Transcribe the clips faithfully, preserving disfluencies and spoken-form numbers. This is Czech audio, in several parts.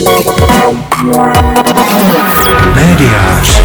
Médiář.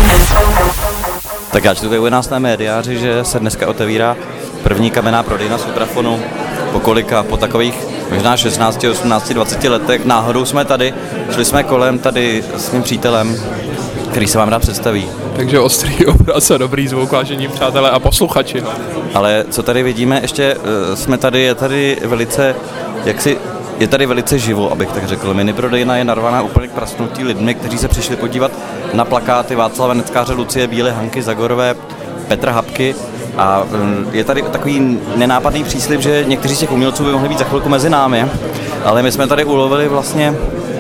Tak já čtu tady u nás na Médiáři, že se dneska otevírá první kamenná prodejna Suprafonu. Po kolika? Po takových možná šestnáct, osmnáct, dvacet letech. Náhodou jsme tady, šli jsme kolem tady s mým přítelem, který se vám rád představí. Takže ostrý obraz a dobrý zvuk, vážení přátelé a posluchači. Ale co tady vidíme, ještě jsme tady, je tady velice, jak si, je tady velice živo, abych tak řekl. Miniprodejna je narvaná úplně k prasnutí lidmi, kteří se přišli podívat na plakáty Václava Neckáře, Lucie Bíle, Hanky Zagorové, Petra Hapky. A je tady takový nenápadný příslib, že někteří z těch umělců by mohli být za chvilku mezi námi, ale my jsme tady ulovili vlastně...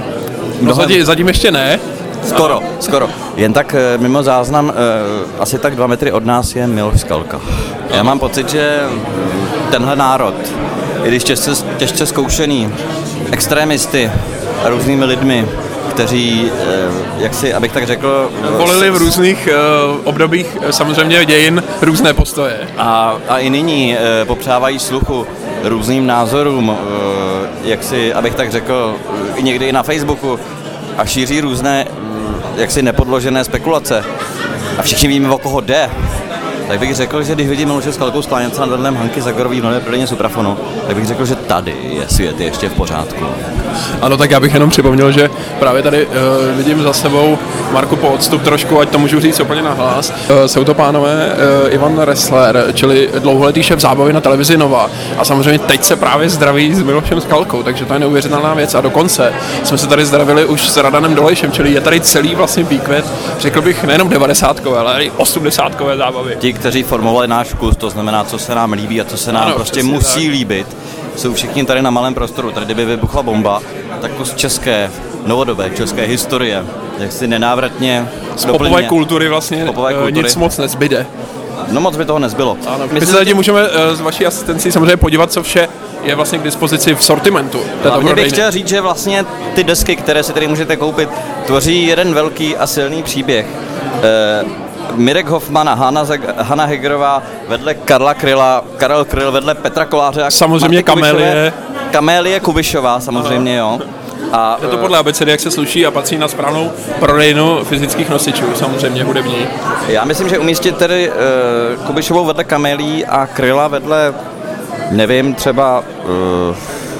No zatím, zatím ještě ne. Skoro, skoro. Jen tak mimo záznam, asi tak dva metry od nás je Miloš Skalka. Já mám pocit, že tenhle národ, i když těžce, těžce zkoušený extrémisty a různými lidmi, kteří, jak si, abych tak řekl... Volili v různých uh, obdobích samozřejmě dějin různé postoje. A, a i nyní uh, popřávají sluchu různým názorům, uh, jak si, abych tak řekl, i někdy i na Facebooku a šíří různé, uh, jaksi nepodložené spekulace. A všichni víme, o koho jde. Tak bych řekl, že když vidím Miloše Skalku sklánět se nad vedlem Hanky Zagorový v nové prodejně Suprafonu, tak bych řekl, že tady je svět ještě v pořádku. Ano, tak já bych jenom připomněl, že právě tady uh, vidím za sebou Marku po odstup trošku, ať to můžu říct úplně nahlas. Uh, jsou to pánové uh, Ivan Ressler, čili dlouholetý šéf zábavy na televizi Nova. A samozřejmě teď se právě zdraví s Milošem Skalkou, takže to je neuvěřitelná věc. A dokonce jsme se tady zdravili už s Radanem Dolejšem, čili je tady celý vlastně výkvět, řekl bych nejenom devadesátkové, ale i osmdesátkové zábavy. Ti, kteří formovali náš vkus, to znamená, co se nám líbí a co se nám ano, prostě musí tak líbit, jsou všichni tady na malém prostoru. Tady kdyby vybuchla bomba, tak z české, novodobé české historie, jak si nenávratně z popové kultury vlastně popové kultury. Nic moc nezbyde. No moc by toho nezbylo. Ano, my se tady můžeme s vaší asistencí samozřejmě podívat, co vše je vlastně k dispozici v sortimentu. Hlavně bych chtěl říct, že vlastně ty desky, které si tady můžete koupit, tvoří jeden velký a silný příběh. E- Mirek Hoffman a Hanna, Zeg- Hanna Hegerová vedle Karla Kryla, Karel Kryl vedle Petra Koláře a samozřejmě Kamélie. Kamélie Kubišová, samozřejmě, jo. A je to podle abecedy, jak se sluší a patří na správnou prodejnu fyzických nosičů, samozřejmě hudební. Já myslím, že umístit tedy uh, Kubišovou vedle Kamélí a Kryla vedle, nevím, třeba... Uh,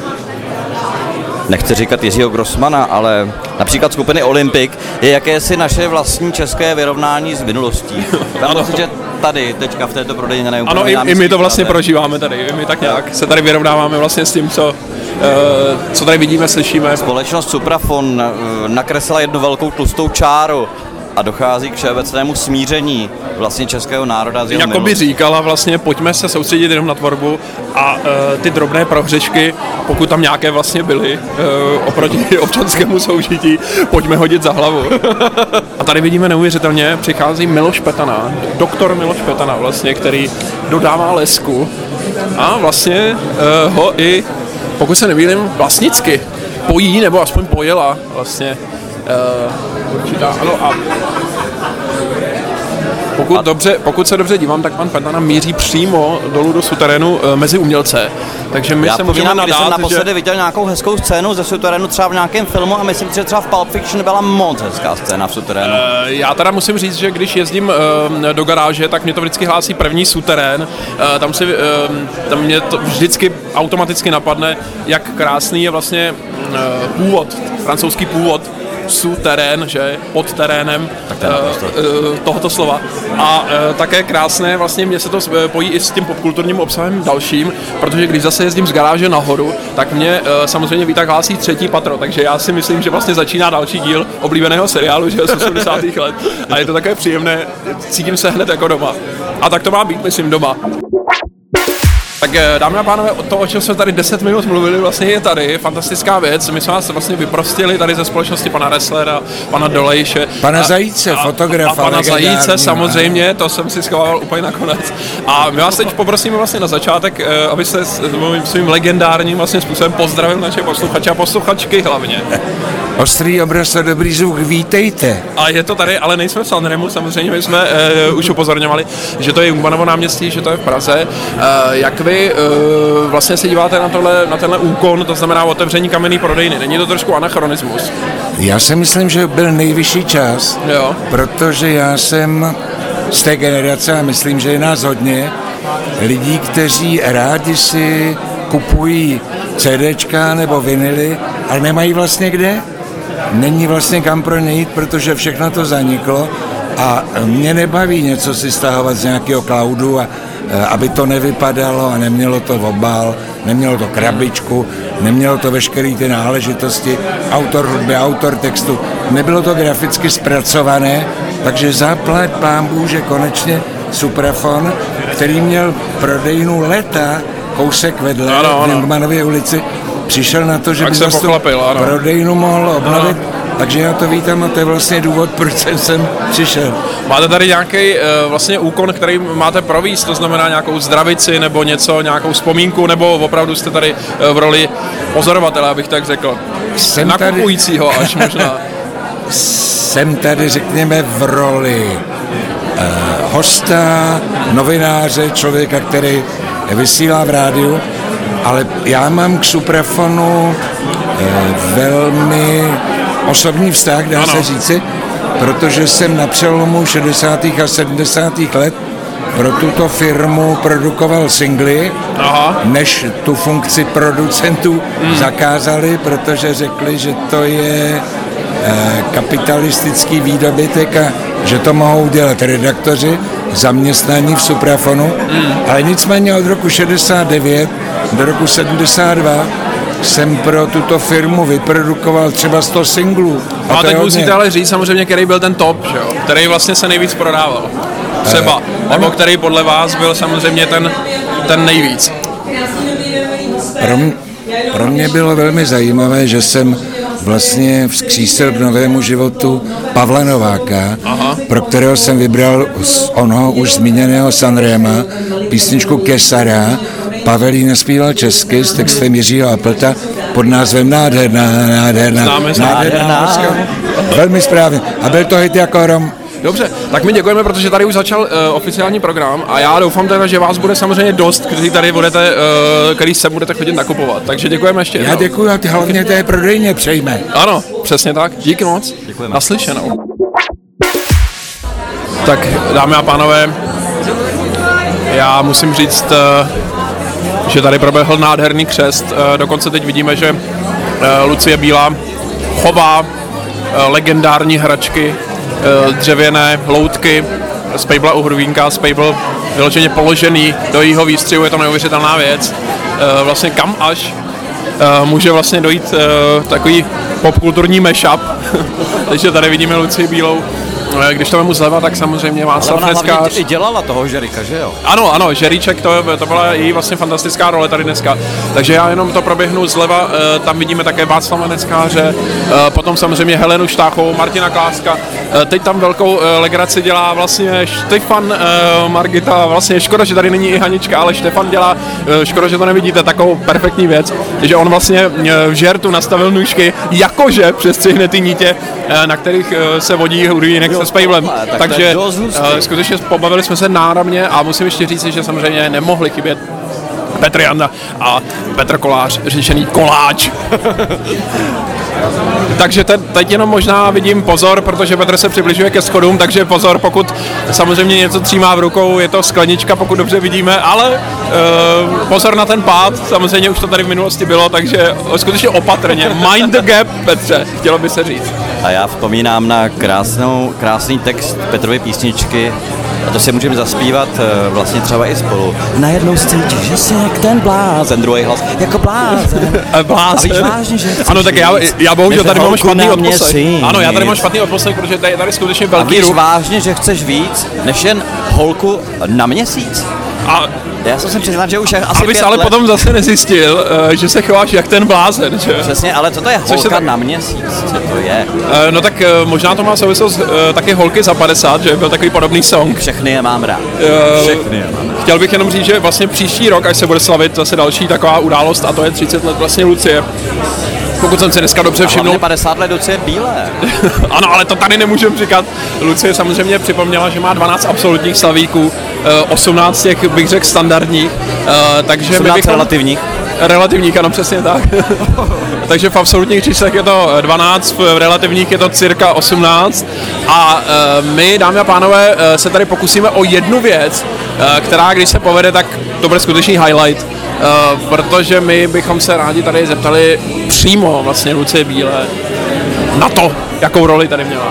nechci říkat Jiřího Grossmana, ale například skupiny Olympic je jakési naše vlastní české vyrovnání s minulostí. Tam ano, to... že tady, teďka v této prodejně neumíme. Ano, i, i my to vlastně prožíváme tady, i my tak nějak se tady vyrovnáváme vlastně s tím, co, uh, co tady vidíme, slyšíme. Společnost Suprafon uh, nakreslila jednu velkou tlustou čáru a dochází k všeobecnému smíření vlastně českého národa z jeho Jakoby minulosti. říkala vlastně, pojďme se soustředit jenom na tvorbu a uh, ty drobné prohřešky, pokud tam nějaké vlastně byly uh, oproti občanskému soužití, pojďme hodit za hlavu. A tady vidíme neuvěřitelně, přichází Miloš Petana, doktor Miloš Petana vlastně, který dodává lesku a vlastně uh, ho i, pokud se nemýlím, vlastnicky pojí, nebo aspoň pojela vlastně. Uh, určitá, ano, a pokud, dobře, pokud se dobře dívám, tak pan Petana míří přímo dolů do suterénu uh, mezi umělce. Takže my Já se můžeme nadát, když jsem naposledy že... viděl nějakou hezkou scénu ze suterénu třeba v nějakém filmu a myslím, že třeba v Pulp Fiction byla moc hezká scéna v suterénu. Uh, já teda musím říct, že když jezdím uh, do garáže, tak mě to vždycky hlásí první suterén. Uh, tam, si, uh, tam mě to vždycky automaticky napadne, jak krásný je vlastně uh, původ, francouzský původ, suterén, že pod terénem uh, tohoto slova. A uh, také krásné, vlastně mě se to pojí i s tím popkulturním obsahem dalším, protože když zase jezdím z garáže nahoru, tak mě uh, samozřejmě vítak hlásí třetí patro, takže já si myslím, že vlastně začíná další díl oblíbeného seriálu, že z osmdesátých let. A je to také příjemné, cítím se hned jako doma. A tak to má být, myslím, doma. Tak dámy a pánové, to, o čem jsme tady deset minut mluvili, vlastně je tady fantastická věc. My jsme vás vlastně vyprostili tady ze společnosti pana Resslera, pana Dolejše. Pana Zajíce, fotografa. A pana Zajíce, samozřejmě, to jsem si schoval úplně nakonec. A my vás teď poprosíme vlastně na začátek, abyste svým legendárním vlastně způsobem pozdravil naše posluchače a posluchačky hlavně. Ostrý obraz a dobrý zvuk, vítejte. A je to tady, ale nejsme v Sanremu, samozřejmě, my jsme uh, už upozorňovali, že to je Humbanovo náměstí, že to je v Praze. Uh, jak vy uh, vlastně se díváte na, tohle, na tenhle úkon, to znamená otevření kamenný prodejny. Není to trošku anachronismus? Já si myslím, že byl nejvyšší čas, jo. Protože já jsem z té generace a myslím, že je nás hodně lidí, kteří rádi si kupují CDčka nebo vinily, ale nemají vlastně kde. Není vlastně kam pro ně jít, protože všechno to zaniklo a mě nebaví něco si stahovat z nějakého cloudu, a, aby to nevypadalo a nemělo to obal, nemělo to krabičku, nemělo to veškeré ty náležitosti, autor hudby, autor textu. Nebylo to graficky zpracované, takže zaplať pánbůh, že konečně Suprafon, který měl prodejnu Leta kousek vedle v Jungmanově ulici, přišel na to, že tak by zase prodejnu mohl obnovit, ano. Takže já to vítám a to je vlastně důvod, proč jsem sem přišel. Máte tady nějaký vlastně úkon, který máte provést, to znamená nějakou zdravici nebo něco, nějakou vzpomínku, nebo opravdu jste tady v roli pozorovatele, abych tak řekl? Jsem nakupujícího tady... až možná. Jsem tady, řekněme, v roli eh, hosta, novináře, člověka, který vysílá v rádiu, ale já mám k Suprafonu eh, velmi osobní vztah, dá ano. se říci, protože jsem na přelomu šedesátých a sedmdesátých let pro tuto firmu produkoval singly, Aha. než tu funkci producentů hmm. zakázali, protože řekli, že to je eh, kapitalistický výdobytek a že to mohou dělat redaktoři zaměstnaní v Suprafonu, hmm. ale nicméně od roku šedesát devět do roku sedmdesát dva jsem pro tuto firmu vyprodukoval třeba sto singlů. A, a teď musíte ale říct samozřejmě, který byl ten top, že jo? Který vlastně se nejvíc prodával. Třeba. Eh, nebo který podle vás byl samozřejmě ten, ten nejvíc. Pro mě, pro mě bylo velmi zajímavé, že jsem vlastně vzkřísil k novému životu Pavla Nováka, Aha. pro kterého jsem vybral z onoho už zmíněného Sanrema písničku Kesara. Pavel ji naspíval česky s textem Jiřího Appelta pod názvem Nádherná, nádherná, Známe, nádherná, nádherná. Velmi správně. A byl to hit jako Rom. Dobře, tak my děkujeme, protože tady už začal uh, oficiální program a já doufám teda, že vás bude samozřejmě dost, kteří tady budete, uh, který se budete chodit nakupovat. Takže děkujeme ještě. Já děkuji a ty hlavně té prodejně přejme. Ano, přesně tak. Díky moc. Děkujeme. Naslyšenou. Tak, dámy a pánové, já musím říct, uh, že tady proběhl nádherný křest. Uh, dokonce teď vidíme, že uh, Lucie Bílá chová uh, legendární hračky, dřevěné loutky z Pejbla u Hrubínka, z Pejbl vyloženě položený do jejího výstřihu, je to neuvěřitelná věc. Vlastně kam až může vlastně dojít takový popkulturní mashup, takže tady vidíme Lucii Bílou. Když to vemu zleva, tak samozřejmě Václav Neckář. Ale ona hlavně dělala toho Žerika, že jo? Ano, ano, Žeríček, to, to byla její vlastně fantastická role tady dneska. Takže já jenom to proběhnu zleva, tam vidíme také Václava Neckáře, potom samozřejmě Helenu Štáchovou, Martina Kláska. Teď tam velkou legraci dělá vlastně Štefan Margita, vlastně škoda, že tady není i Hanička, ale Štefan dělá, škoda, že to nevidíte, takovou perfektní věc, že on vlastně v žertu nastavil nůžky, jakože přestřihne ty nítě, na kterých se vodí Hrubínek se Pejblem. Tak takže uh, skutečně pobavili jsme se náramně a musím ještě říct, že samozřejmě nemohli chybět Petr Janda a Petr Kolář, řečený Koláč. Takže te, teď jenom možná vidím pozor, protože Petr se přibližuje ke schodům, takže pozor, pokud samozřejmě něco třímá v rukou, je to sklenička, pokud dobře vidíme, ale uh, pozor na ten pád, samozřejmě už to tady v minulosti bylo, takže skutečně opatrně. Mind the gap, Petře, chtělo by se říct. A já vzpomínám na krásnou, krásný text Petrovy písničky, a to si můžeme zaspívat vlastně třeba i spolu. Najednou cítíš, že jsi jak ten blázen, druhý hlas, jako blázen. blázen. A víš vážně, že chceš ano, tak já, já bohužel tady mám špatný odposlech. Ano, já tady mám nic. špatný odposlech, protože tady, tady skutečně velký ruch. A víš ruch. vážně, že chceš víc, než jen holku na měsíc? A já jsem si přiznat, že už asi abys ale let... potom zase nezjistil, uh, že se chováš jak ten blázen, že? Přesně, ale co to je holka tak... na měsíc? Co to je? Uh, no tak uh, možná to má souvislost uh, taky Holky za padesát, že byl takový podobný song. Všechny je mám rád. Uh, Všechny je mám rád. Chtěl bych jenom říct, že vlastně příští rok, až se bude slavit zase další taková událost, a to je třicet let vlastně Lucie, pokud jsem si dneska dobře všiml. A padesát let Lucie Bílé. Ano, ale to tady nemůžeme říkat. Lucie samozřejmě připomněla, že má dvanáct absolutních slavíků, osmnáct těch bych řekl standardních, takže osmnáct my bychom... relativních. Relativních, ano, přesně tak. Takže v absolutních číslech je to dvanáct, v relativních je to cirka osmnáct. A e, my, dámy a pánové, e, se tady pokusíme o jednu věc, e, která, když se povede, tak to bude skutečný highlight. E, protože my bychom se rádi tady zeptali přímo vlastně Lucie Bílé na to, jakou roli tady měla.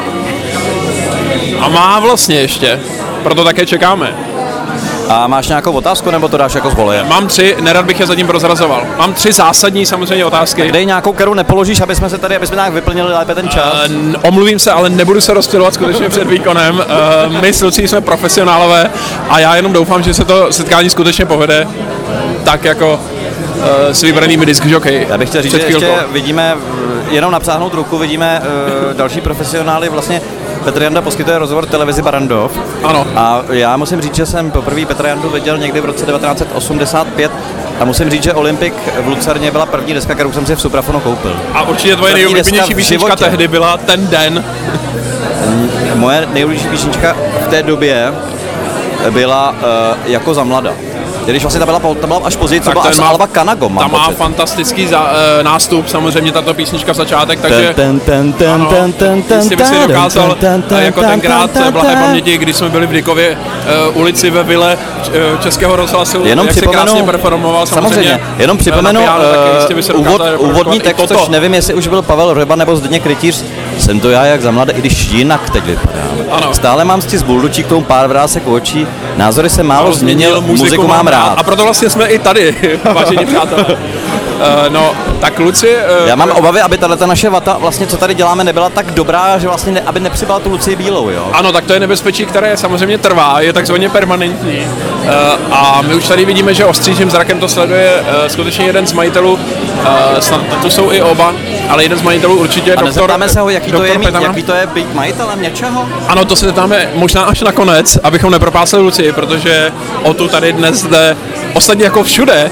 A má vlastně ještě, proto také čekáme. A máš nějakou otázku, nebo to dáš jako z voleje? Mám tři, nerad bych je zatím prozrazoval. Mám tři zásadní samozřejmě otázky. Tak dej nějakou, kterou nepoložíš, aby jsme se tady, aby jsme nějak vyplnili lépe ten čas. Uh, omluvím se, ale nebudu se rozptilovat skutečně před výkonem. Uh, my s Lucí jsme profesionálové a já jenom doufám, že se to setkání skutečně povede tak jako uh, s vybranými disc jockey. Já bych chtěl říct, že ještě vidíme, jenom napřáhnout ruku, vidíme uh, další profesionály, vlastně Petr Janda poskytuje rozhovor televizi Barrandov. Ano. A já musím říct, že jsem poprvé Petra Jandu viděl někdy v roce devatenáct set osmdesát pět a musím říct, že Olympik v Lucerně byla první deska, kterou jsem si v Suprafonu koupil. A určitě tvoje nejoblíbenější písnička tehdy byla Ten den. Moje nejoblíbenější písnička v té době byla uh, Jako za mlada. Když vlastně ta byla, ta byla až později, co byla až Alva Kanago, mám Ta má pocit. fantastický za, e, nástup, samozřejmě tato písnička v začátek, takže ten, ten, ten, ano, ten, ten, ten, jestli by si dokázal ten, ten, ten, jako tenkrát blahé paměti, když jsme byli v Dykově e, ulici ve vile e, Českého rozhlasu, jenom jak se krásně performoval, samozřejmě. samozřejmě. Jenom připomenu piano, uh, úvod, úvodní text, což nevím, jestli už byl Pavel Ryba nebo Zdeněk Rytíř, jsem to já jak za mladé, i když jinak teď vypadám. Ano. Stále mám stis buldučí, k tomu pár vrásek očí, názory se málo změnil, muziku, muziku mám rád. A proto vlastně jsme i tady, vážení přátelé. Uh, no, tak Luci... Uh, Já mám obavy, aby tato naše vata, vlastně co tady děláme, nebyla tak dobrá, že vlastně ne, aby nepřibala tu Lucii Bílou, jo? Ano, tak to je nebezpečí, které samozřejmě trvá, je takzvaně permanentní. Uh, a my už tady vidíme, že ostřížím zrakem to sleduje uh, skutečně jeden z majitelů, uh, snad to jsou i oba, ale jeden z majitelů určitě a doktor... A nezeptáme se ho, jaký to, je mít, jaký to je být majitelem něčeho? Ano, to se zeptáme možná až nakonec, abychom nepropásli Lucii, protože o tu tady dnes jde ostatně jako všude,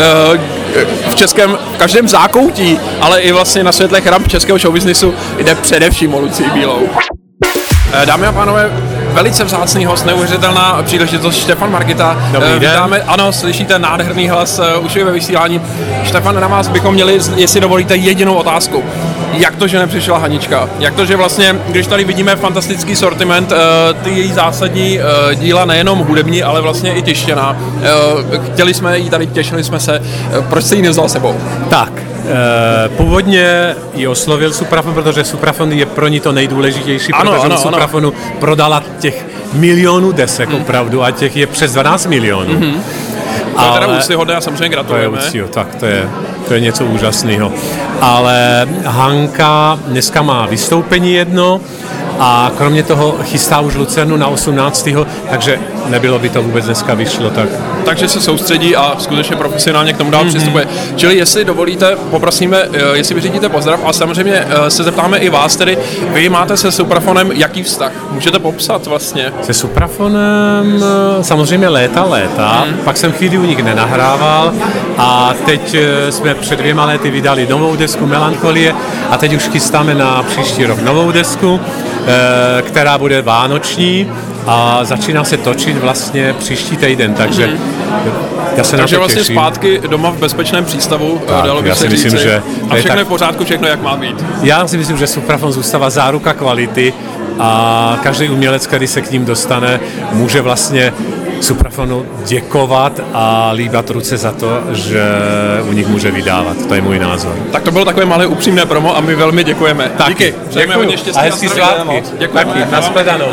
v českém, v každém zákoutí, ale i vlastně na světlech ramp českého showbiznisu jde především o Lucii Bílou. Dámy a pánové, velice vzácný host, neuvěřitelná příležitost, Štefan Margita. Dobrý Vítáme, den. Ano, slyšíte nádherný hlas, už je ve vysílání. Štefan, na vás bychom měli, jestli dovolíte, jedinou otázku. Jak to, že nepřišla Hanička? Jak to, že vlastně, když tady vidíme fantastický sortiment, ty její zásadní díla, nejenom hudební, ale vlastně i tištěná. Chtěli jsme jí tady, těšili jsme se. Proč se jí nevzal sebou? Tak, e, původně ji oslovil Suprafon, protože Suprafon je pro ní to nejdůležitější, ano, protože ano, Suprafonu ano. prodala těch milionů desek mm. opravdu a těch je přes dvanáct milionů. Mm-hmm. To je teda úctyhodné a samozřejmě gratulujeme. To je úctyho, tak to je, to je něco úžasného. Ale Hanka dneska má vystoupení jedno a kromě toho chystá už Lucernu na osmnáctého takže nebylo by to vůbec dneska vyšlo. Tak. Takže se soustředí a skutečně profesionálně k tomu dál mm-hmm. přistupuje. Čili jestli dovolíte, poprosíme, jestli vyřídíte pozdrav a samozřejmě se zeptáme i vás tedy, vy máte se Suprafonem jaký vztah? Můžete popsat vlastně? Se Suprafonem samozřejmě léta, léta, mm. pak jsem chvíli u nich nenahrával a teď jsme před dvěma lety vydali novou desku Melancholie a teď už chystáme na příští rok novou desku, která bude vánoční a začíná se točit vlastně příští týden, takže mm-hmm. já se takže na to vlastně těším. Zpátky doma v bezpečném přístavu, tak, dalo by se myslím, říci. že a všechno je v pořádku, všechno jak má být. Já si myslím, že Suprafon zůstává záruka kvality a každý umělec, který se k ním dostane, může vlastně Suprafonu děkovat a líbat ruce za to, že u nich může vydávat. To je můj názor. Tak to bylo takové malé upřímné promo a my velmi děkujeme. Tak, díky. Přejeme hodně štěstí. A hezký svátky. Děkujeme. Nashledanou.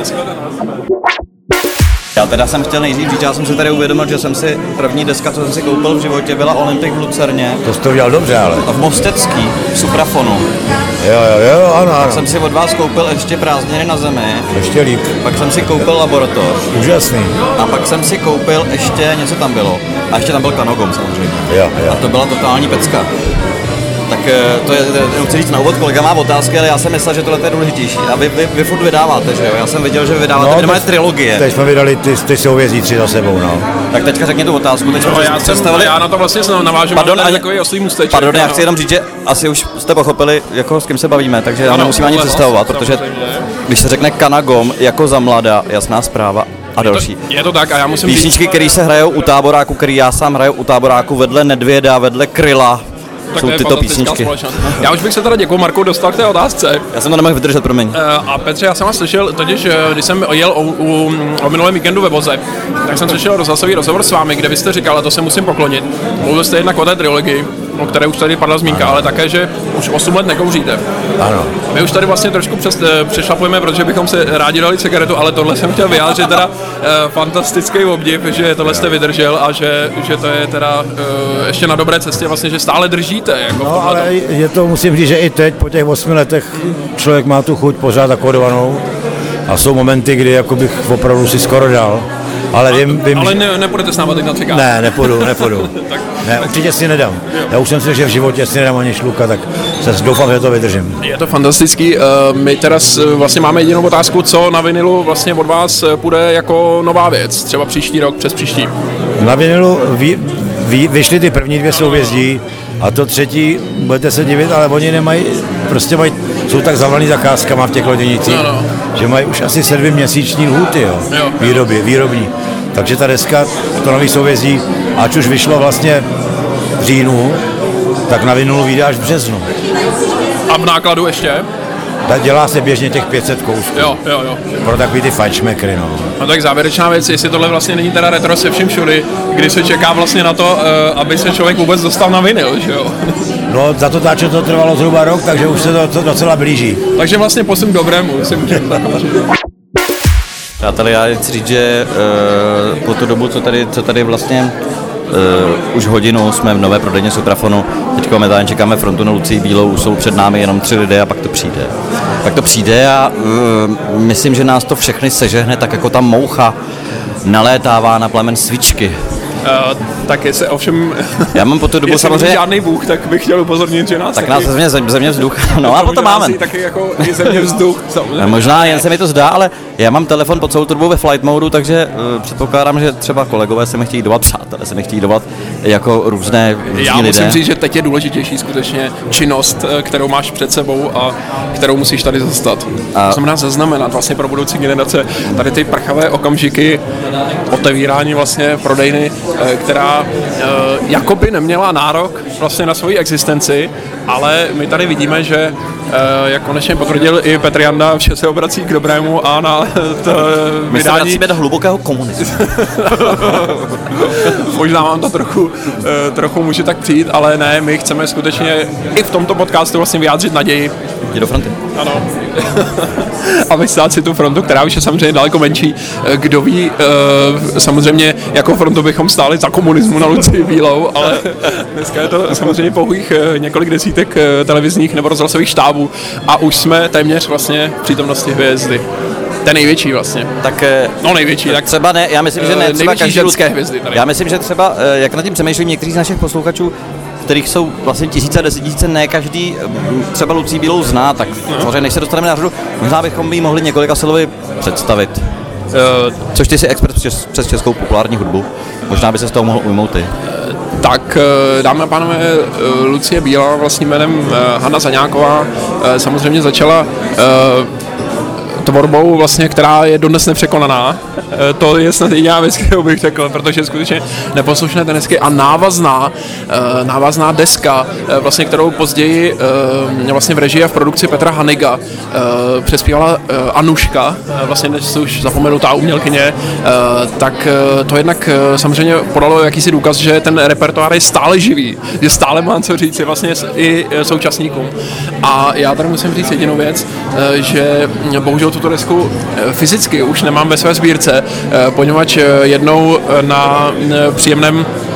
Já teda jsem chtěl nejdřív říct, já jsem si tady uvědomil, že jsem si první deska, co jsem si koupil v životě, byla Olympik v Lucerně. To jsi to udělal dobře, ale. A v Mostecký, v Suprafonu. Jo, jo, jo, ano, ano. Pak jsem si od vás koupil ještě Prázdniny na zemi. Ještě líp. Pak jsem si koupil Laboratoř. Úžasný. A pak jsem si koupil ještě, něco tam bylo. A ještě tam byl Kanogom samozřejmě. Jo, jo. A to byla totální pecka. Tak to je, jenom chci říct na úvod, kolega má otázky, ale já jsem myslel, že tohle je důležitější. A vy, vy, vy furt vydáváte, že jo? Já jsem viděl, že vy vydáváte, no, vy máte trilogie. Teď jsme vydali ty, ty souvězí tři za sebou, no. Tak teďka řekni tu otázku, teď no, já, jsem, já na to vlastně navážu, pardon, mám takový oslý můsteček. Pardon, já chci jenom říct, že asi už jste pochopili, jako s kým se bavíme, takže já nemusím ani představovat, protože když se řekne Kanagom jako za mlada, jasná zpráva a další. Je to, je to tak a já musím písničky, které se hrajou u Táboráku, který já sám hraju u Táboráku vedle Nedvěda, vedle Kryla. Tak jsou tyto písničky. Já už bych se teda, děkuji Marku, dostal k té otázce. Já jsem to nemohl vydržet, promiň. A Petře, já jsem vás slyšel, totiž, když jsem jel o, o, o minulém víkendu ve voze, tak jsem slyšel rozhlasový rozhovor s vámi, kde vy jste říkal, a to se musím poklonit. Mluvil jste jednak o té trilogii, o které už tady padla zmínka, ano. Ale také, že už osm let nekouříte. Ano. My už tady vlastně trošku přes, přešlapujeme, protože bychom se rádi dali cigaretu, ale tohle jsem chtěl vyjádřit teda eh, fantastický obdiv, že tohle jste vydržel a že, že to je teda eh, ještě na dobré cestě vlastně, že stále držíte. Jako no ale je to, musím říct, že i teď po těch osmi letech člověk má tu chuť pořád akordovanou a jsou momenty, kdy jako bych opravdu si skoro dal. Ale, vím, vím, ale ne, nepůjdete s náma teď na cigáro? Ne, nepůjdu, nepůjdu. Ne, určitě si nedám. Já už jsem si, že v životě si nedám ani šluka, tak se doufám, že to vydržím. Je to fantastický. My teraz vlastně máme jedinou otázku, co na vinilu vlastně od vás půjde jako nová věc, třeba příští rok, přes příští. Na vinilu vy, vy, vyšly ty první dvě souvězdí a to třetí, budete se divit, ale oni nemají, prostě mají, jsou tak zavalený zakázkama v těch loděnicích, no, no. že mají už asi sedmiměsíční lhůty, jo, jo, výrobě, výrobní. Takže ta deska, to nový souvězdí, ať už vyšlo vlastně v říjnu, tak na vinilu vyjde až v březnu. A v nákladu ještě? Dělá se běžně těch pět set kousků. Jo, jo, jo. Pro takový ty fajnšmekry, no. No tak závěrečná věc, jestli tohle vlastně není teda retro se vším všudy, kdy se čeká vlastně na to, aby se člověk vůbec dostal na vinyl, že jo? No, za to táče to trvalo zhruba rok, takže už se to, to docela blíží. Takže vlastně posun k dobrému, si můžeme Přátelé, já chci říct, že uh, po tu dobu, co tady, co tady vlastně uh, už hodinu jsme v nové prodejně Suprafonu, teď momentálně čekáme frontu na Lucii Bílou, jsou před námi jenom tři lidé a pak to přijde. Pak to přijde a uh, myslím, že nás to všechny sežehne tak jako ta moucha nalétává na plamen svíčky. Uh, tak se ovšem, já mám po tu dobu samozřejmě žádný bůh, tak bych chtěl upozornit, že nás tak nás země, země vzduch, no a potom máme. Taky jako i země vzduch, samozřejmě. Možná jen se mi to zdá, ale já mám telefon po celou tu dobu ve flight modu, takže uh, předpokládám, že třeba kolegové se mi chtějí dovolat, přátelé se mi chtějí dovolat jako různé různí já lidé. Musím říct, že teď je důležitější skutečně činnost, kterou máš před sebou a kterou musíš tady zastat. A to znamená zaznamenat vlastně pro budoucí generace tady ty prchavé okamžiky otevírání vlastně prodejny, která jakoby neměla nárok vlastně na svoji existenci, ale my tady vidíme, že jak konečně potvrdil i Petr Janda, vše se obrací k dobrému a na to my vydání... se vracíme do hlubokého komunismu. Možná vám to trochu, trochu může tak přijít, ale ne, my chceme skutečně i v tomto podcastu vlastně vyjádřit naději. Jdi do fronty. Ano. A vystát si tu frontu, která už je samozřejmě daleko menší. Kdo ví, samozřejmě jako frontu bychom stáli za komunismu na Lucii Bílou, ale dneska je to samozřejmě pouhých několik desítek televizních nebo rozhlasových štábů a už jsme téměř vlastně v přítomnosti hvězdy. Ten největší vlastně. Tak no největší, tak třeba ne, já myslím, že ne, třeba každý ženské hvězdy tady. Já myslím, že třeba, jak nad tím přemýšlím někteří z našich posluchačů, kterých jsou vlastně tisíce a desetitisíce, ne každý třeba Lucii Bílou zná, tak no. Samozřejmě než se dostaneme na řadu, možná bychom ji mohli několika slovy představit. Uh, Což ty jsi expert přes, přes českou populární hudbu, možná by se z toho mohl ujmout ty. Uh, tak, dámy a pánové, Lucie Bílá vlastním jménem Hana Zaňáková samozřejmě začala uh, tvorbou, vlastně, která je dodnes nepřekonaná. To je snad jediná věc, kterou bych řekl, protože skutečně Neposlušné tenisky a návazná, návazná deska, vlastně, kterou později vlastně v režii a v produkci Petra Haniga přespívala Anuška, vlastně dnes už zapomenutá umělkyně, tak to jednak samozřejmě podalo jakýsi důkaz, že ten repertoár je stále živý, že stále má co říct vlastně i současníkům. A já tady musím říct jedinou věc, že bohužel tuto desku fyzicky už nemám ve své sbírce, poněvadž jednou na příjemném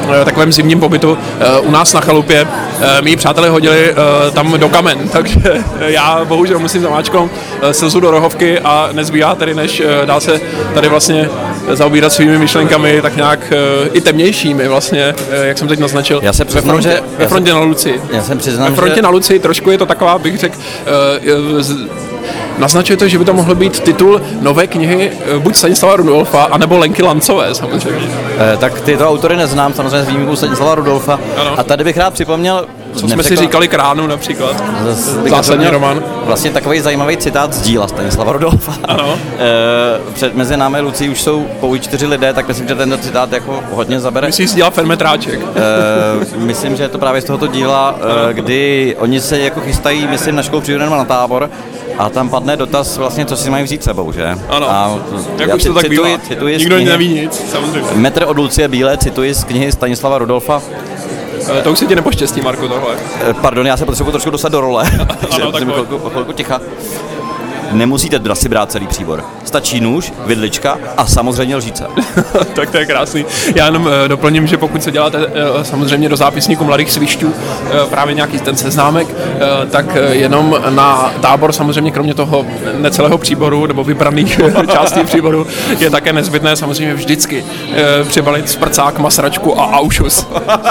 takovém zimním pobytu u nás na chalupě. Mí přátelé hodili tam do kamen, takže já bohužel musím zamáčknout slzu do rohovky a nezbývá tedy, než dál se tady vlastně zaobírat svými myšlenkami tak nějak i temnějšími vlastně, jak jsem teď naznačil. Já se přiznám, ve frontě, že... Ve frontě jsem, na Lucii. Já jsem přiznám, Ve frontě že... na Lucii trošku je to taková, bych řekl, naznačuje to, že by to mohl být titul nové knihy buď Stanislava Rudolfa, anebo Lenky Lancové samozřejmě. Eh, tak tyto autory neznám, samozřejmě s výjimkou Stanislava Rudolfa. Ano. A tady bych rád připomněl... Co jsme si říkali k ránu například. Zásadní Zásadní román. Vlastně takový zajímavý citát z díla Stanislava Rudolfa. Ano. E, před mezi námi Lucí už jsou pouhý čtyři lidé, tak myslím, že tento citát jako hodně zabere. Myslíš si dělat Fermetráček? E, myslím, že je to právě z tohoto díla, e, kdy oni se jako chystají, myslím, na školu přijdu na tábor a tam padne dotaz vlastně, co si mají vzít sebou, že? Ano. A jak už to tak cituji, bývá. cituji Nikdo knihy, neví nic, samozřejmě. Metr od Lucie Bílé, cituji z knihy Stanislava Rudolfa. To už si ti nepoštěstí, Marku, tohle. Pardon, já se potřebuji trošku dostat do role. Ano, tak chvilku, chvilku ticha. Nemusíte si brát celý příbor. Stačí nůž, vidlička a samozřejmě lžíce. Tak to je krásný. Já jenom uh, doplním, že pokud se děláte uh, samozřejmě do zápisníku Mladých svišťů uh, právě nějaký ten seznámek, uh, tak uh, jenom na tábor samozřejmě kromě toho necelého příboru nebo vybraných částí příboru je také nezbytné samozřejmě vždycky uh, přibalit sprcák, masračku a aušus.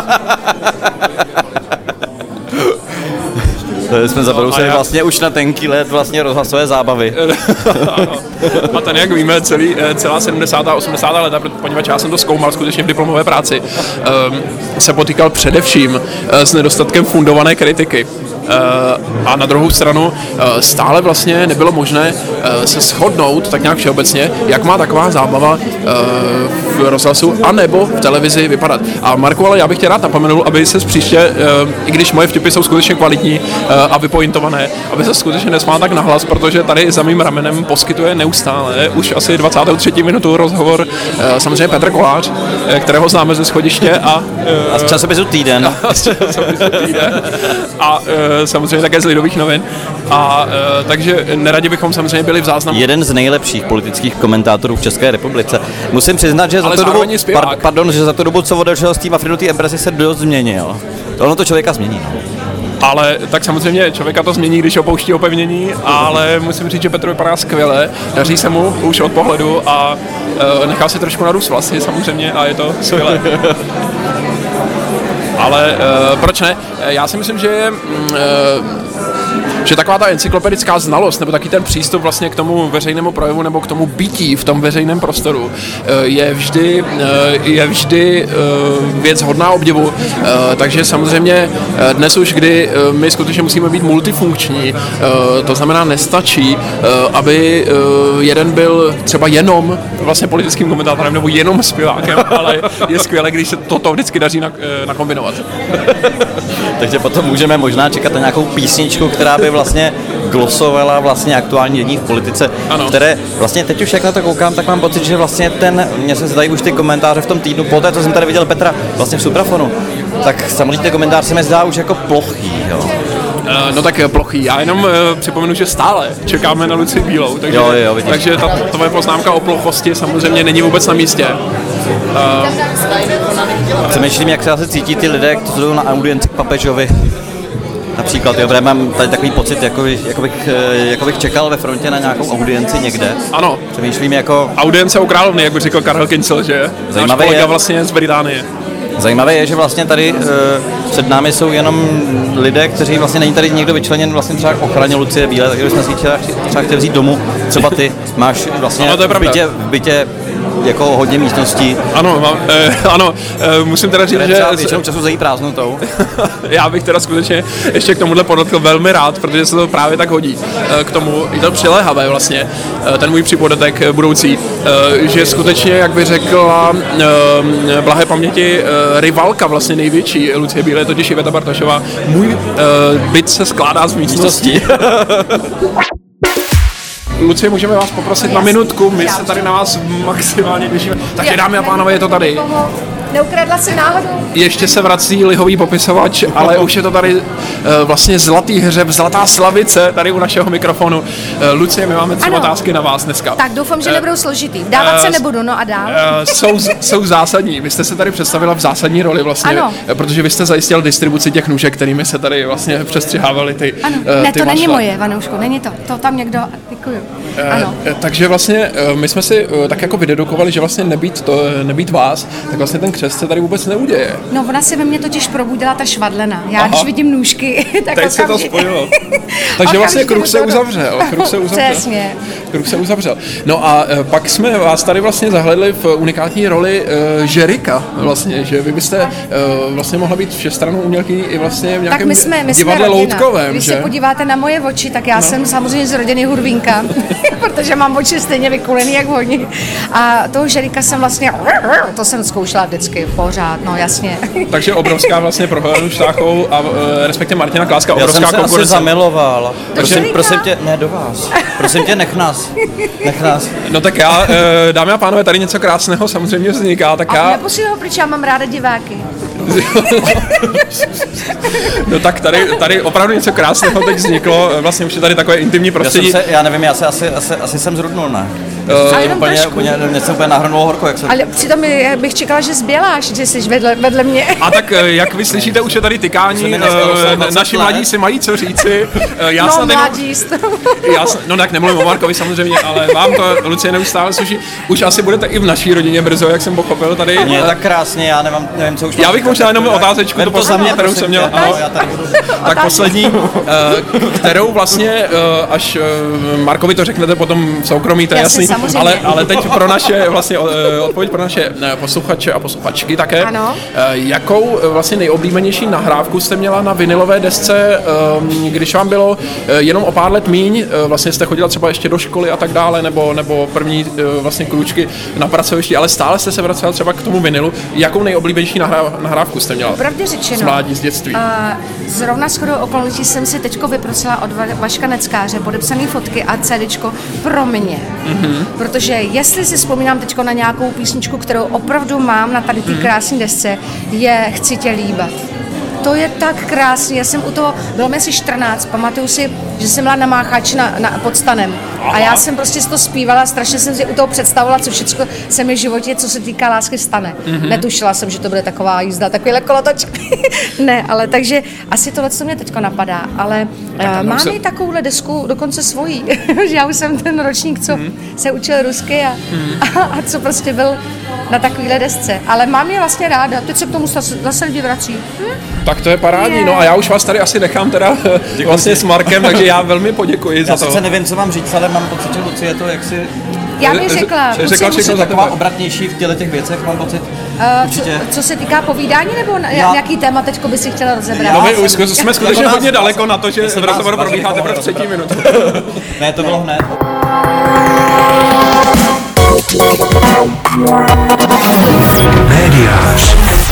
To jsme zabrousili no, vlastně už na tenký let vlastně rozhlasové zábavy. A ten, jak víme, celý, celá sedmdesátá a osmdesátá léta, poněvadž já jsem to zkoumal skutečně v diplomové práci, se potýkal především s nedostatkem fundované kritiky. A na druhou stranu stále vlastně nebylo možné se shodnout tak nějak všeobecně, jak má taková zábava v rozhlasu anebo v televizi vypadat. A Marku, ale já bych tě rád napomenul, aby se příště, i když moje vtipy jsou skutečně kvalitní a vypointované, aby se skutečně nesmál tak nahlas, protože tady za mým ramenem poskytuje neustále už asi dvacátou třetí minutu rozhovor samozřejmě Petr Kolář, kterého známe ze Schodiště a, a z časopisu Týden. A z časopisu Týden. A samozřejmě také z Lidových novin. A e, takže neradi bychom samozřejmě byli v záznamu. Jeden z nejlepších politických komentátorů v České republice. Musím přiznat, že za tu dobu, par, pardon, že za tu dobu, co odešel z té Afrinutý Empressy, se dost změnil. Ono to člověka změní. Ale tak samozřejmě člověka to změní, když opouští opevnění, ale musím říct, že Petr vypadá skvěle, daří se mu už od pohledu a e, nechá si trošku narůst vlasy samozřejmě a je to skvělé. Ale uh, proč ne? Já si myslím, že uh, že taková ta encyklopedická znalost nebo taky ten přístup vlastně k tomu veřejnému projevu nebo k tomu bytí v tom veřejném prostoru je vždy, je vždy věc hodná obdivu. Takže samozřejmě dnes už, kdy my skutečně musíme být multifunkční, to znamená nestačí, aby jeden byl třeba jenom vlastně politickým komentátorem nebo jenom zpěvákem, ale je skvělé, když se toto vždycky daří nakombinovat. Takže potom můžeme možná čekat na nějakou písničku, která by vlastně glosovala vlastně aktuální dění v politice, ano. Které vlastně teď už jak na to koukám, tak mám pocit, že vlastně ten, mně se zdají už ty komentáře v tom týdnu, poté co jsem tady viděl Petra vlastně v Suprafonu, tak samozřejmě ten komentář se mi zdá už jako plochý, jo. No tak plochý, já jenom uh, připomenu, že stále čekáme na Lucii Bílou, takže, jo, jo, takže ta tvoje poznámka o plochosti samozřejmě není vůbec na místě. Uh, Přemýšlím, jak se asi cítí ty lidé, kteří jdou na audienci k papežovi. Například, jo, mám tady takový pocit, jako, jako, bych, jako bych čekal ve frontě na nějakou audienci někde. Ano. Přemýšlím jako... Audience u královny, jak by řekl Karel Kincel, že? Zajímavé Náš kolega je, vlastně z Británie. Zajímavé je, že vlastně tady e, před námi jsou jenom lidé, kteří vlastně není tady někdo vyčleněn vlastně třeba k ochraně Lucie Bílé, takže bychom si třeba, třeba chtěli vzít domů. Třeba ty máš vlastně ano, v bytě, v bytě jako hodně místností. Ano, mám, eh, ano, eh, musím teda říct, že... většinou času zají prázdnotou. Já bych teda skutečně ještě k tomuhle podotkl velmi rád, protože se to právě tak hodí eh, k tomu, je to přiléhavé vlastně, eh, ten můj připodotek eh, budoucí, eh, že skutečně, jak by řekla eh, blahé paměti, eh, rivalka vlastně největší Lucie Bílé, totiž Iveta Bartošová, můj eh, byt se skládá z místností. Lucie, můžeme vás poprosit na minutku, my se tady na vás maximálně těšíme. Takže dámy a pánové, je to tady. Neukradla si náhodou? Ještě se vrací lihový popisovač, ale už je to tady uh, vlastně zlatý hřeb, zlatá slavice tady u našeho mikrofonu. Uh, Lucie, my máme tři Ano. otázky na vás dneska. Tak doufám, že Eh, nebudou složitý. Vdávat se eh, nebudu, no a dál. Uh, jsou, jsou zásadní. Vy jste se tady představila v zásadní roli vlastně, Ano. eh, protože vy jste zajistil distribuci těch nůžek, kterými se tady vlastně přestřihávaly ty Ano, eh, ne, ty to není mašle. moje, Vanoušku, není to. To tam někdo, děkuju. Ano. Eh, Takže vlastně eh, my jsme si eh, tak jako vydedukovali, že vlastně nebýt, to, nebýt vás, tak vlastně ten křest se tady vůbec neuděje. No, ona se ve mně totiž probudila ta švadlena. Já, Aha. když vidím nůžky, tak Teď se to okamžitě- spojilo. Takže vlastně Okamžitě kruh se do toho- uzavřel. Kruh se uzavřel. Přesně. Kruh se uzavřel. No a eh, pak jsme vás tady vlastně zahledli v unikátní roli uh, Žerika vlastně, že vy byste uh, vlastně mohla být všestrannou umělkyní i vlastně v Tak nějakém my jsme, my jsme divadle rodina. loutkovém, Když že? se podíváte na moje oči, tak já no. jsem samozřejmě z rodiny Hurvínka, protože mám oči stejně vykulený jak oni. A toho Žerika jsem vlastně, to jsem zkoušela vždycky pořád, no jasně. Takže obrovská vlastně pro Helenu Štáchovou a uh, respektive Martina Kláska, Já obrovská jsem se asi konkurence. zamiloval. Prosím, Žerika? prosím tě, ne do vás. Prosím tě, nech nás. Nech nás. No tak já, uh, dámy a pánové, tady něco krásného samozřejmě vzniká, tak A já, neposílám ho, protože já mám ráda diváky. no tak tady, tady opravdu něco krásného teď vzniklo, vlastně už je tady takové intimní Já jsem prostředí. se, já nevím, já se asi, asi, asi jsem zrudnul, ne? A Uh, jenom úplně, trošku. úplně, mě se úplně nahrnulo horko, jak se... Ale přitom je- bych čekala, že zběláš, že jsi vedle, vedle mě. A tak eh, jak vy slyšíte, už je tady Se tykání, mi nestalo eh, dvacet naši let. mladí si mají co říci. Eh, Já No, snad jenom, mladí jste. já, s- no tak nemluvím o Markovi samozřejmě, ale vám to Lucie neustále sluší. Už asi budete i v naší rodině brzo, jak jsem pochopil tady. Mně je tak krásně, já nemám, nevím, co už Já mám bych říkat. možná jenom otázečku, Vem to to za mě, kterou prosím jsem měl. tě. Ano, No, já tady budu. tak poslední, eh, kterou vlastně, eh, až eh, Markovi to řeknete potom v soukromí, to je Jasně, jasný, samozřejmě. ale, ale teď pro naše, vlastně eh, odpověď pro naše eh, posluchače a posluchačky také. Ano. Eh, Jakou eh, vlastně nejoblíbenější nahrávku jste měla na vinylové desce, eh, když vám bylo eh, jenom o pár let míň, eh, vlastně jste chodila třeba ještě do školy a tak dále, nebo, nebo první eh, vlastně krůčky na pracovišti, ale stále jste se vracela třeba k tomu vinilu. Jakou nejoblíbenější nahráv, nahrávku jste měla? Pravdě řečeno. Z mládí, z dětství. A zrovna shodou okolností jsem si teďko vyprosila od Va- Vaška Neckáře podepsané fotky a CDčko pro mě. Mm-hmm. Protože jestli si vzpomínám teďko na nějakou písničku, kterou opravdu mám na tady té mm-hmm. krásné desce, je Chci tě líbat. To je tak krásný, já jsem u toho, bylo mi asi čtrnáct, pamatuju si, že jsem byla na máchači na, na, pod stanem. A já jsem prostě si to zpívala, strašně jsem si u toho představovala, co všechno se mi v životě, co se týká lásky, stane. Mm-hmm. Netušila jsem, že to bude taková jízda, takovýhle kolotoč. Ne, ale takže asi tohle, co mě teďko napadá, ale uh, mám se- i takovouhle desku dokonce svojí, že já už jsem ten ročník, co mm-hmm. se učil rusky a, mm-hmm. a, a co prostě byl na takovýhle desce. Ale mám je vlastně ráda, teď se k tomu zase zase lidi vrací. Hm? Tak to je parádní, Je. no a já už vás tady asi nechám teda vlastně s Markem, takže já velmi poděkuji Já za to. sice nevím, co mám říct, ale mám pocit, že Lucie je to jaksi... Já bych Ře- řekla, ře- musím- řekla musím- všechno za Taková tebe. obratnější v těle těch věcech, mám pocit. Uh, Určitě. co, co se týká povídání, nebo na, Já- jaký téma teďko by si chtěla rozebrat? No my Já už jsem- jsme skutečně jako nás- hodně daleko na to, že Jestli v rozhovoru nás probíhá vařili teprve koho, třetí minutu. Ne, to bylo hned. Médiář.